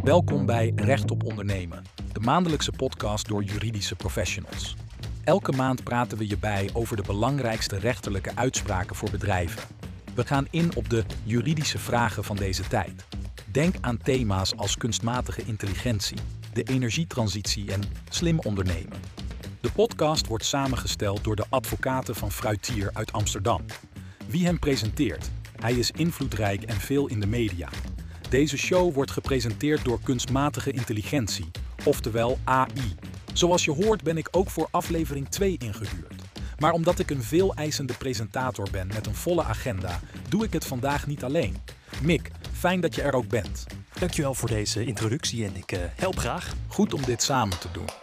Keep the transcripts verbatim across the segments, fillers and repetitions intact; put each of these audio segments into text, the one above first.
Welkom bij Recht op Ondernemen, de maandelijkse podcast door juridische professionals. Elke maand praten we je bij over de belangrijkste rechterlijke uitspraken voor bedrijven. We gaan in op de juridische vragen van deze tijd. Denk aan thema's als kunstmatige intelligentie, de energietransitie en slim ondernemen. De podcast wordt samengesteld door de advocaten van Fruitier uit Amsterdam. Wie hem presenteert? Hij is invloedrijk en veel in de media. Deze show wordt gepresenteerd door kunstmatige intelligentie, oftewel A I. Zoals je hoort ben ik ook voor aflevering twee ingehuurd. Maar omdat ik een veeleisende presentator ben met een volle agenda, doe ik het vandaag niet alleen. Mick, fijn dat je er ook bent. Dankjewel voor deze introductie en ik uh, help graag. Goed om dit samen te doen.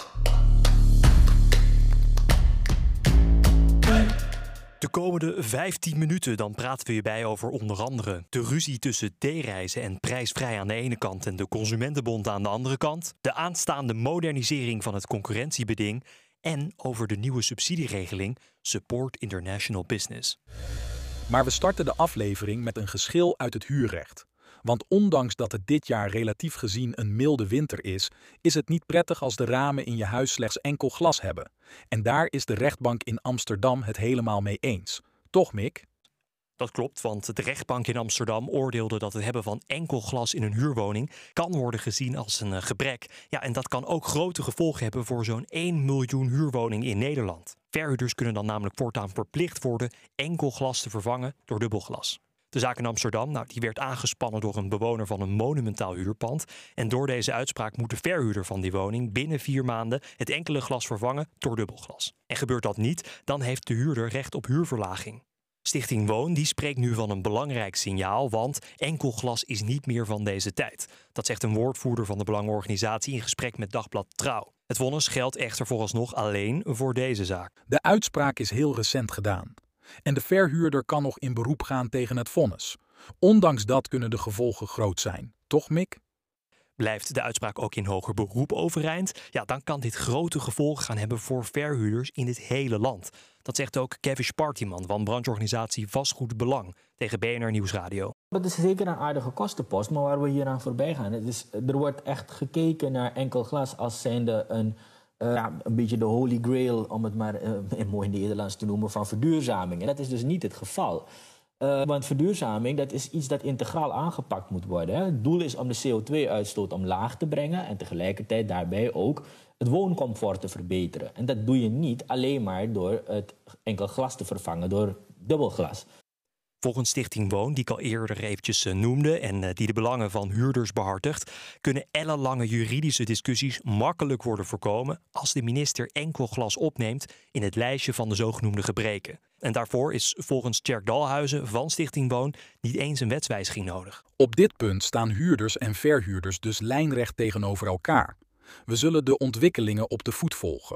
De komende vijftien minuten dan praten we je bij over onder andere de ruzie tussen D-reizen en Prijsvrij aan de ene kant en de Consumentenbond aan de andere kant, de aanstaande modernisering van het concurrentiebeding en over de nieuwe subsidieregeling Support International Business. Maar we starten de aflevering met een geschil uit het huurrecht. Want ondanks dat het dit jaar relatief gezien een milde winter is, is het niet prettig als de ramen in je huis slechts enkel glas hebben. En daar is de rechtbank in Amsterdam het helemaal mee eens. Toch, Mick? Dat klopt, want de rechtbank in Amsterdam oordeelde dat het hebben van enkel glas in een huurwoning kan worden gezien als een uh, gebrek. Ja, en dat kan ook grote gevolgen hebben voor zo'n één miljoen huurwoningen in Nederland. Verhuurders kunnen dan namelijk voortaan verplicht worden enkel glas te vervangen door dubbelglas. De zaak in Amsterdam, nou, die werd aangespannen door een bewoner van een monumentaal huurpand. En door deze uitspraak moet de verhuurder van die woning binnen vier maanden het enkele glas vervangen door dubbelglas. En gebeurt dat niet, dan heeft de huurder recht op huurverlaging. Stichting Woon die spreekt nu van een belangrijk signaal, want enkel glas is niet meer van deze tijd. Dat zegt een woordvoerder van de belangenorganisatie in gesprek met Dagblad Trouw. Het vonnis geldt echter vooralsnog alleen voor deze zaak. De uitspraak is heel recent gedaan. En de verhuurder kan nog in beroep gaan tegen het vonnis. Ondanks dat kunnen de gevolgen groot zijn. Toch, Mick? Blijft de uitspraak ook in hoger beroep overeind? Ja, dan kan dit grote gevolgen gaan hebben voor verhuurders in het hele land. Dat zegt ook Kevin Spartiman van brancheorganisatie Vastgoed Belang tegen B N R Nieuwsradio. Dat is zeker een aardige kostenpost, maar waar we hier aan voorbij gaan. Het is, er wordt echt gekeken naar enkel glas als zijnde een... Uh, ja, een beetje de holy grail, om het maar uh, mooi Nederlands te noemen, van verduurzaming. En dat is dus niet het geval. Uh, want verduurzaming, dat is iets dat integraal aangepakt moet worden. Hè. Het doel is om de C O twee uitstoot omlaag te brengen en tegelijkertijd daarbij ook het wooncomfort te verbeteren. En dat doe je niet alleen maar door het enkel glas te vervangen door dubbelglas. Volgens Stichting Woon, die ik al eerder eventjes noemde en die de belangen van huurders behartigt, kunnen ellenlange juridische discussies makkelijk worden voorkomen als de minister enkel glas opneemt in het lijstje van de zogenoemde gebreken. En daarvoor is volgens Tjerk Dalhuizen van Stichting Woon niet eens een wetswijziging nodig. Op dit punt staan huurders en verhuurders dus lijnrecht tegenover elkaar. We zullen de ontwikkelingen op de voet volgen.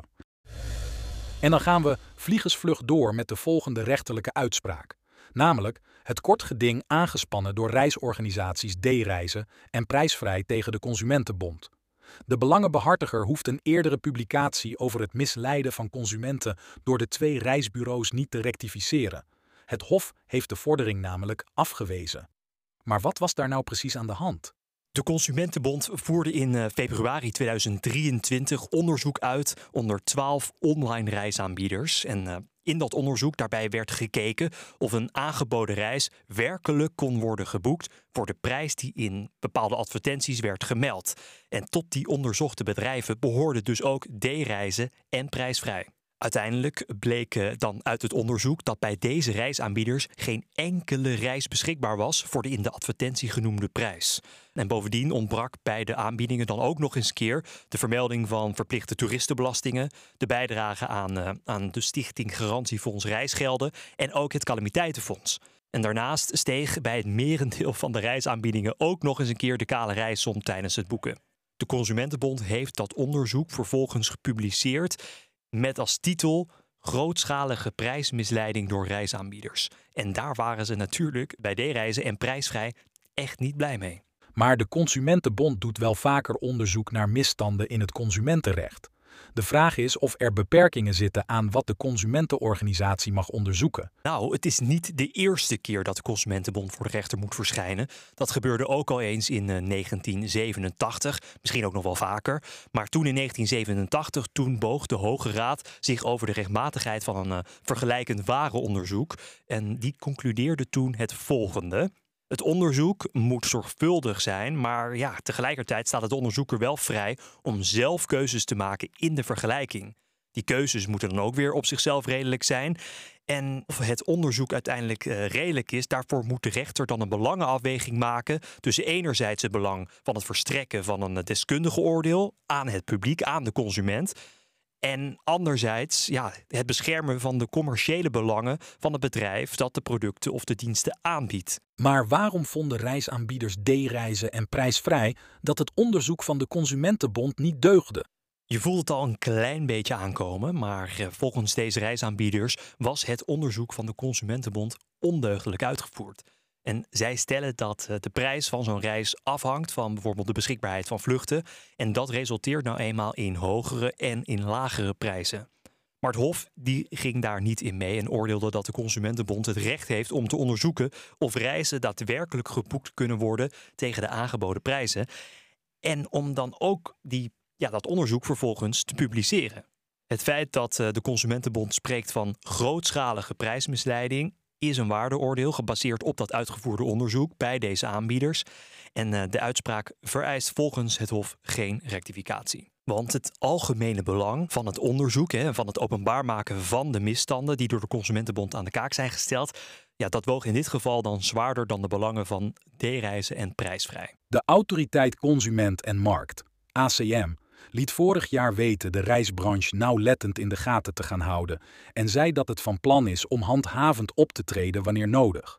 En dan gaan we vliegensvlug door met de volgende rechterlijke uitspraak. Namelijk het kort geding aangespannen door reisorganisaties D-reizen en Prijsvrij tegen de Consumentenbond. De belangenbehartiger hoeft een eerdere publicatie over het misleiden van consumenten door de twee reisbureaus niet te rectificeren. Het Hof heeft de vordering namelijk afgewezen. Maar wat was daar nou precies aan de hand? De Consumentenbond voerde in februari tweeduizend drieëntwintig onderzoek uit onder twaalf online reisaanbieders. En uh, in dat onderzoek daarbij werd gekeken of een aangeboden reis werkelijk kon worden geboekt voor de prijs die in bepaalde advertenties werd gemeld. En tot die onderzochte bedrijven behoorden dus ook D-reizen en Prijsvrij. Uiteindelijk bleek dan uit het onderzoek dat bij deze reisaanbieders geen enkele reis beschikbaar was voor de in de advertentie genoemde prijs. En bovendien ontbrak bij de aanbiedingen dan ook nog eens keer de vermelding van verplichte toeristenbelastingen, de bijdrage aan, uh, aan de Stichting Garantiefonds Reisgelden en ook het Calamiteitenfonds. En daarnaast steeg bij het merendeel van de reisaanbiedingen ook nog eens een keer de kale reissom tijdens het boeken. De Consumentenbond heeft dat onderzoek vervolgens gepubliceerd met als titel grootschalige prijsmisleiding door reisaanbieders. En daar waren ze natuurlijk bij D-reizen en Prijsvrij echt niet blij mee. Maar de Consumentenbond doet wel vaker onderzoek naar misstanden in het consumentenrecht. De vraag is of er beperkingen zitten aan wat de consumentenorganisatie mag onderzoeken. Nou, het is niet de eerste keer dat de Consumentenbond voor de rechter moet verschijnen. Dat gebeurde ook al eens in uh, negentien zevenentachtig, misschien ook nog wel vaker. Maar toen in negentien zevenentachtig, toen boog de Hoge Raad zich over de rechtmatigheid van een uh, vergelijkend warenonderzoek. En die concludeerde toen het volgende. Het onderzoek moet zorgvuldig zijn, maar ja, tegelijkertijd staat het onderzoeker wel vrij om zelf keuzes te maken in de vergelijking. Die keuzes moeten dan ook weer op zichzelf redelijk zijn. En of het onderzoek uiteindelijk uh, redelijk is, daarvoor moet de rechter dan een belangenafweging maken tussen enerzijds het belang van het verstrekken van een deskundige oordeel aan het publiek, aan de consument. En anderzijds ja, het beschermen van de commerciële belangen van het bedrijf dat de producten of de diensten aanbiedt. Maar waarom vonden reisaanbieders D-reizen en Prijsvrij dat het onderzoek van de Consumentenbond niet deugde? Je voelt het al een klein beetje aankomen, maar volgens deze reisaanbieders was het onderzoek van de Consumentenbond ondeugdelijk uitgevoerd. En zij stellen dat de prijs van zo'n reis afhangt van bijvoorbeeld de beschikbaarheid van vluchten. En dat resulteert nou eenmaal in hogere en in lagere prijzen. Maar het Hof die ging daar niet in mee en oordeelde dat de Consumentenbond het recht heeft om te onderzoeken of reizen daadwerkelijk geboekt kunnen worden tegen de aangeboden prijzen. En om dan ook die, ja, dat onderzoek vervolgens te publiceren. Het feit dat de Consumentenbond spreekt van grootschalige prijsmisleiding is een waardeoordeel gebaseerd op dat uitgevoerde onderzoek bij deze aanbieders. En uh, de uitspraak vereist volgens het Hof geen rectificatie. Want het algemene belang van het onderzoek en van het openbaar maken van de misstanden die door de Consumentenbond aan de kaak zijn gesteld, ja, dat woog in dit geval dan zwaarder dan de belangen van D-reizen en Prijsvrij. De Autoriteit Consument en Markt, A C M, liet vorig jaar weten de reisbranche nauwlettend in de gaten te gaan houden en zei dat het van plan is om handhavend op te treden wanneer nodig.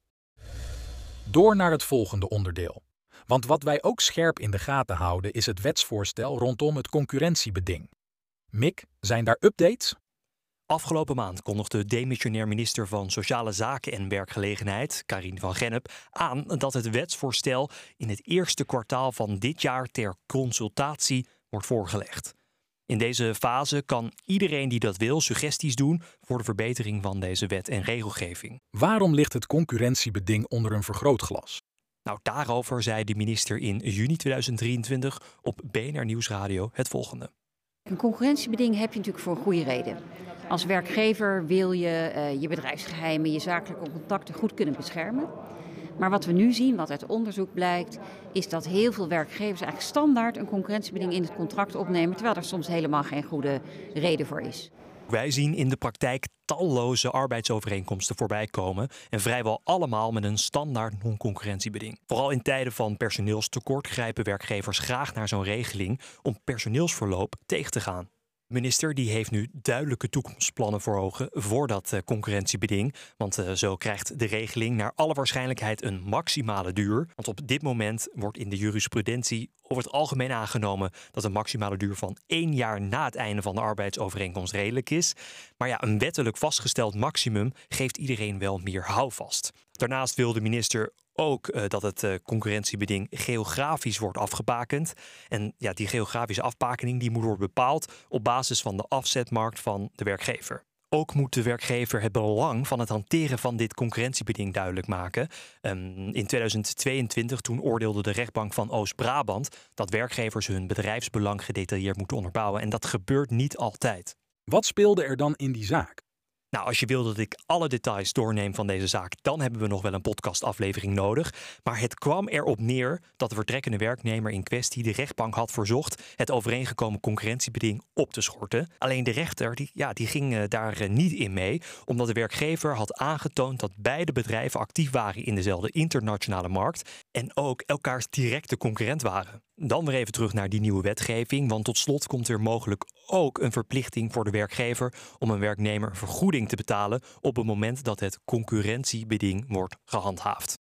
Door naar het volgende onderdeel. Want wat wij ook scherp in de gaten houden is het wetsvoorstel rondom het concurrentiebeding. Mick, zijn daar updates? Afgelopen maand kondigde demissionair minister van Sociale Zaken en Werkgelegenheid, Karien van Gennep, aan dat het wetsvoorstel in het eerste kwartaal van dit jaar ter consultatie wordt voorgelegd. In deze fase kan iedereen die dat wil suggesties doen voor de verbetering van deze wet en regelgeving. Waarom ligt het concurrentiebeding onder een vergrootglas? Nou, daarover zei de minister in juni tweeduizend drieëntwintig op B N R Nieuwsradio het volgende. Een concurrentiebeding heb je natuurlijk voor een goede reden. Als werkgever wil je uh, je bedrijfsgeheimen, je zakelijke contacten goed kunnen beschermen. Maar wat we nu zien, wat uit onderzoek blijkt, is dat heel veel werkgevers eigenlijk standaard een concurrentiebeding in het contract opnemen, terwijl er soms helemaal geen goede reden voor is. Wij zien in de praktijk talloze arbeidsovereenkomsten voorbij komen en vrijwel allemaal met een standaard non-concurrentiebeding. Vooral in tijden van personeelstekort grijpen werkgevers graag naar zo'n regeling om personeelsverloop tegen te gaan. De minister die heeft nu duidelijke toekomstplannen voor ogen voor dat uh, concurrentiebeding. Want uh, zo krijgt de regeling naar alle waarschijnlijkheid een maximale duur. Want op dit moment wordt in de jurisprudentie over het algemeen aangenomen dat een maximale duur van één jaar na het einde van de arbeidsovereenkomst redelijk is. Maar ja, een wettelijk vastgesteld maximum geeft iedereen wel meer houvast. Daarnaast wil de minister ook uh, dat het uh, concurrentiebeding geografisch wordt afgebakend. En ja, die geografische afbakening die moet worden bepaald op basis van de afzetmarkt van de werkgever. Ook moet de werkgever het belang van het hanteren van dit concurrentiebeding duidelijk maken. Um, in tweeduizend tweeëntwintig toen oordeelde de rechtbank van Oost-Brabant dat werkgevers hun bedrijfsbelang gedetailleerd moeten onderbouwen. En dat gebeurt niet altijd. Wat speelde er dan in die zaak? Nou, als je wil dat ik alle details doorneem van deze zaak, dan hebben we nog wel een podcastaflevering nodig. Maar het kwam erop neer dat de vertrekkende werknemer in kwestie de rechtbank had verzocht het overeengekomen concurrentiebeding op te schorten. Alleen de rechter die, ja, die ging uh, daar uh, niet in mee, omdat de werkgever had aangetoond dat beide bedrijven actief waren in dezelfde internationale markt en ook elkaars directe concurrent waren. Dan weer even terug naar die nieuwe wetgeving, want tot slot komt er mogelijk ook een verplichting voor de werkgever om een werknemer vergoeding te betalen op het moment dat het concurrentiebeding wordt gehandhaafd.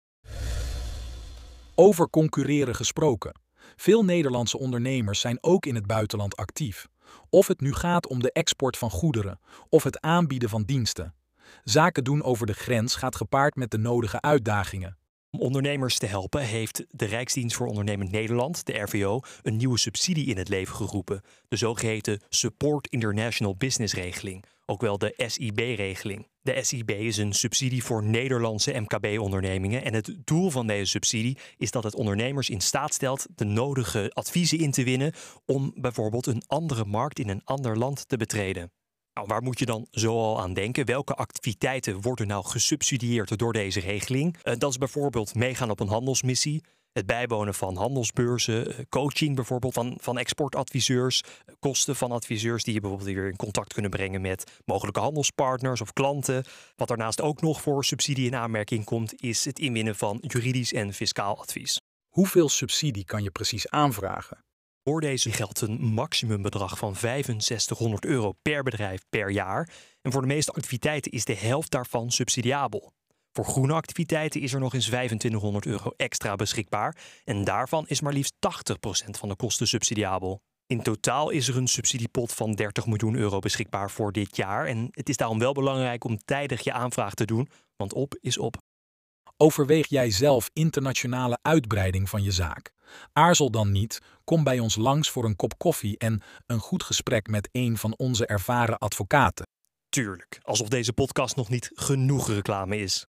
Over concurreren gesproken. Veel Nederlandse ondernemers zijn ook in het buitenland actief. Of het nu gaat om de export van goederen of het aanbieden van diensten. Zaken doen over de grens gaat gepaard met de nodige uitdagingen. Om ondernemers te helpen heeft de Rijksdienst voor Ondernemend Nederland, de R V O, een nieuwe subsidie in het leven geroepen. De zogeheten Support International Business regeling, ook wel de S I B-regeling. De S I B is een subsidie voor Nederlandse M K B-ondernemingen en het doel van deze subsidie is dat het ondernemers in staat stelt de nodige adviezen in te winnen om bijvoorbeeld een andere markt in een ander land te betreden. Nou, waar moet je dan zoal aan denken? Welke activiteiten worden nou gesubsidieerd door deze regeling? Uh, dat is bijvoorbeeld meegaan op een handelsmissie, het bijwonen van handelsbeurzen, coaching bijvoorbeeld van, van exportadviseurs, kosten van adviseurs die je bijvoorbeeld weer in contact kunnen brengen met mogelijke handelspartners of klanten. Wat daarnaast ook nog voor subsidie in aanmerking komt, is het inwinnen van juridisch en fiscaal advies. Hoeveel subsidie kan je precies aanvragen? Voor deze geldt een maximumbedrag van vijfenzestighonderd euro per bedrijf per jaar. En voor de meeste activiteiten is de helft daarvan subsidiabel. Voor groene activiteiten is er nog eens vijfentwintighonderd euro extra beschikbaar. En daarvan is maar liefst tachtig procent van de kosten subsidiabel. In totaal is er een subsidiepot van dertig miljoen euro beschikbaar voor dit jaar. En het is daarom wel belangrijk om tijdig je aanvraag te doen, want op is op. Overweeg jij zelf internationale uitbreiding van je zaak? Aarzel dan niet, kom bij ons langs voor een kop koffie en een goed gesprek met een van onze ervaren advocaten. Tuurlijk, alsof deze podcast nog niet genoeg reclame is.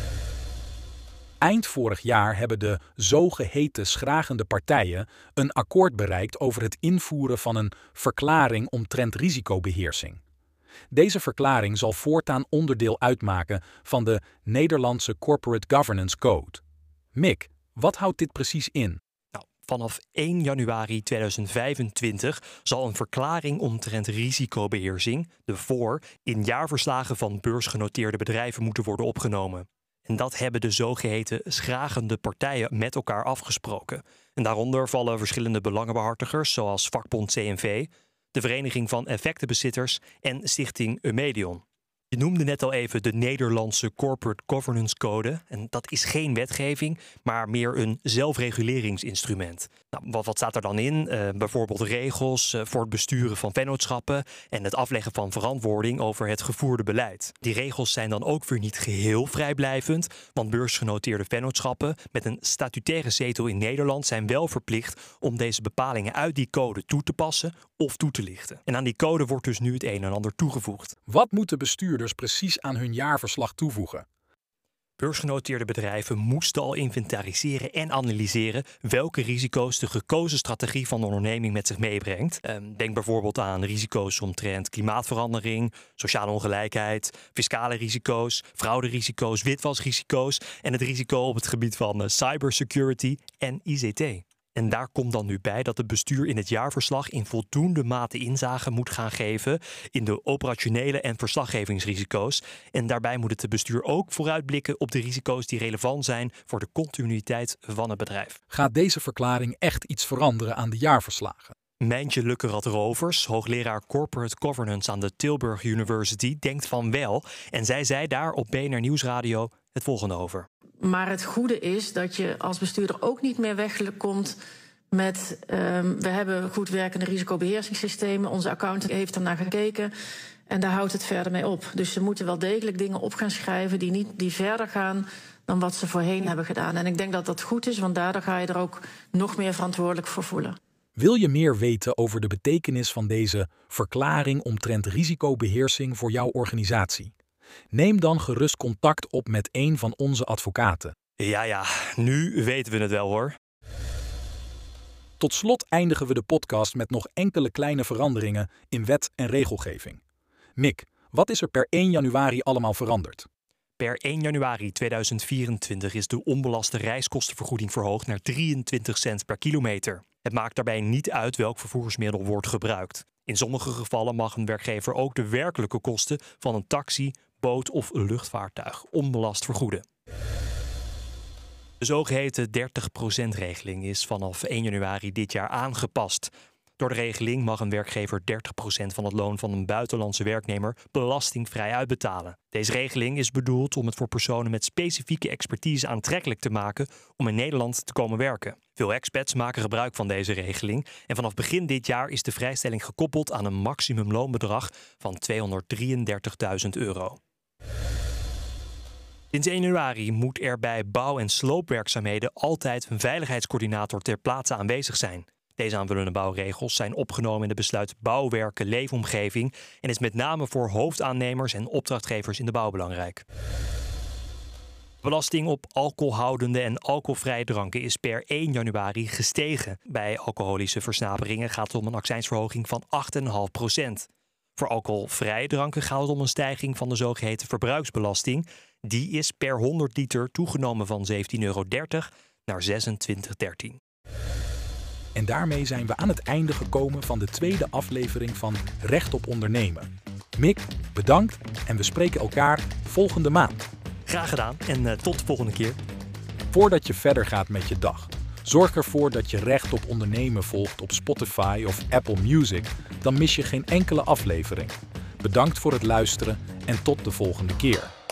Eind vorig jaar hebben de zogeheten schragende partijen een akkoord bereikt over het invoeren van een verklaring omtrent risicobeheersing. Deze verklaring zal voortaan onderdeel uitmaken van de Nederlandse Corporate Governance Code. Mick, wat houdt dit precies in? Nou, vanaf één januari tweeduizend vijfentwintig zal een verklaring omtrent risicobeheersing, de V O R, in jaarverslagen van beursgenoteerde bedrijven moeten worden opgenomen. En dat hebben de zogeheten schragende partijen met elkaar afgesproken. En daaronder vallen verschillende belangenbehartigers zoals vakbond C N V, de Vereniging van Effectenbezitters en Stichting Eumedion. Je noemde net al even de Nederlandse Corporate Governance Code. En dat is geen wetgeving, maar meer een zelfreguleringsinstrument. Nou, wat, wat staat er dan in? Uh, bijvoorbeeld regels uh, voor het besturen van vennootschappen en het afleggen van verantwoording over het gevoerde beleid. Die regels zijn dan ook weer niet geheel vrijblijvend, want beursgenoteerde vennootschappen met een statutaire zetel in Nederland zijn wel verplicht om deze bepalingen uit die code toe te passen of toe te lichten. En aan die code wordt dus nu het een en ander toegevoegd. Wat moeten bestuurders precies aan hun jaarverslag toevoegen? Beursgenoteerde bedrijven moesten al inventariseren en analyseren welke risico's de gekozen strategie van de onderneming met zich meebrengt. Denk bijvoorbeeld aan risico's omtrent klimaatverandering, sociale ongelijkheid, fiscale risico's, frauderisico's, witwasrisico's en het risico op het gebied van cybersecurity en I C T. En daar komt dan nu bij dat het bestuur in het jaarverslag in voldoende mate inzage moet gaan geven in de operationele en verslaggevingsrisico's. En daarbij moet het bestuur ook vooruitblikken op de risico's die relevant zijn voor de continuïteit van het bedrijf. Gaat deze verklaring echt iets veranderen aan de jaarverslagen? Mijntje Lukkerad-Rovers, hoogleraar Corporate Governance aan de Tilburg University, denkt van wel. En zij zei daar op B N R Nieuwsradio het volgende over. Maar het goede is dat je als bestuurder ook niet meer wegkomt met Um, we hebben goed werkende risicobeheersingssystemen. Onze accountant heeft ernaar gekeken en daar houdt het verder mee op. Dus ze moeten wel degelijk dingen op gaan schrijven die, niet, die verder gaan dan wat ze voorheen hebben gedaan. En ik denk dat dat goed is, want daardoor ga je er ook nog meer verantwoordelijk voor voelen. Wil je meer weten over de betekenis van deze verklaring omtrent risicobeheersing voor jouw organisatie? Neem dan gerust contact op met een van onze advocaten. Ja, ja, nu weten we het wel hoor. Tot slot eindigen we de podcast met nog enkele kleine veranderingen in wet en regelgeving. Mick, wat is er per één januari allemaal veranderd? Per één januari tweeduizend vierentwintig is de onbelaste reiskostenvergoeding verhoogd naar drieëntwintig cent per kilometer. Het maakt daarbij niet uit welk vervoersmiddel wordt gebruikt. In sommige gevallen mag een werkgever ook de werkelijke kosten van een taxi, boot of luchtvaartuig onbelast vergoeden. De zogeheten dertig procent regeling is vanaf één januari dit jaar aangepast. Door de regeling mag een werkgever dertig procent van het loon van een buitenlandse werknemer belastingvrij uitbetalen. Deze regeling is bedoeld om het voor personen met specifieke expertise aantrekkelijk te maken om in Nederland te komen werken. Veel expats maken gebruik van deze regeling en vanaf begin dit jaar is de vrijstelling gekoppeld aan een maximumloonbedrag van tweehonderddrieëndertigduizend euro. Sinds één januari moet er bij bouw- en sloopwerkzaamheden altijd een veiligheidscoördinator ter plaatse aanwezig zijn. Deze aanvullende bouwregels zijn opgenomen in het besluit Bouwwerken Leefomgeving en is met name voor hoofdaannemers en opdrachtgevers in de bouw belangrijk. Belasting op alcoholhoudende en alcoholvrije dranken is per één januari gestegen. Bij alcoholische versnaperingen gaat het om een accijnsverhoging van acht komma vijf procent. Voor alcoholvrije dranken gaat het om een stijging van de zogeheten verbruiksbelasting. Die is per honderd liter toegenomen van zeventien euro dertig naar zesentwintig euro dertien. En daarmee zijn we aan het einde gekomen van de tweede aflevering van Recht op Ondernemen. Mick, bedankt en we spreken elkaar volgende maand. Graag gedaan en uh, tot de volgende keer. Voordat je verder gaat met je dag, zorg ervoor dat je Recht op Ondernemen volgt op Spotify of Apple Music. Dan mis je geen enkele aflevering. Bedankt voor het luisteren en tot de volgende keer.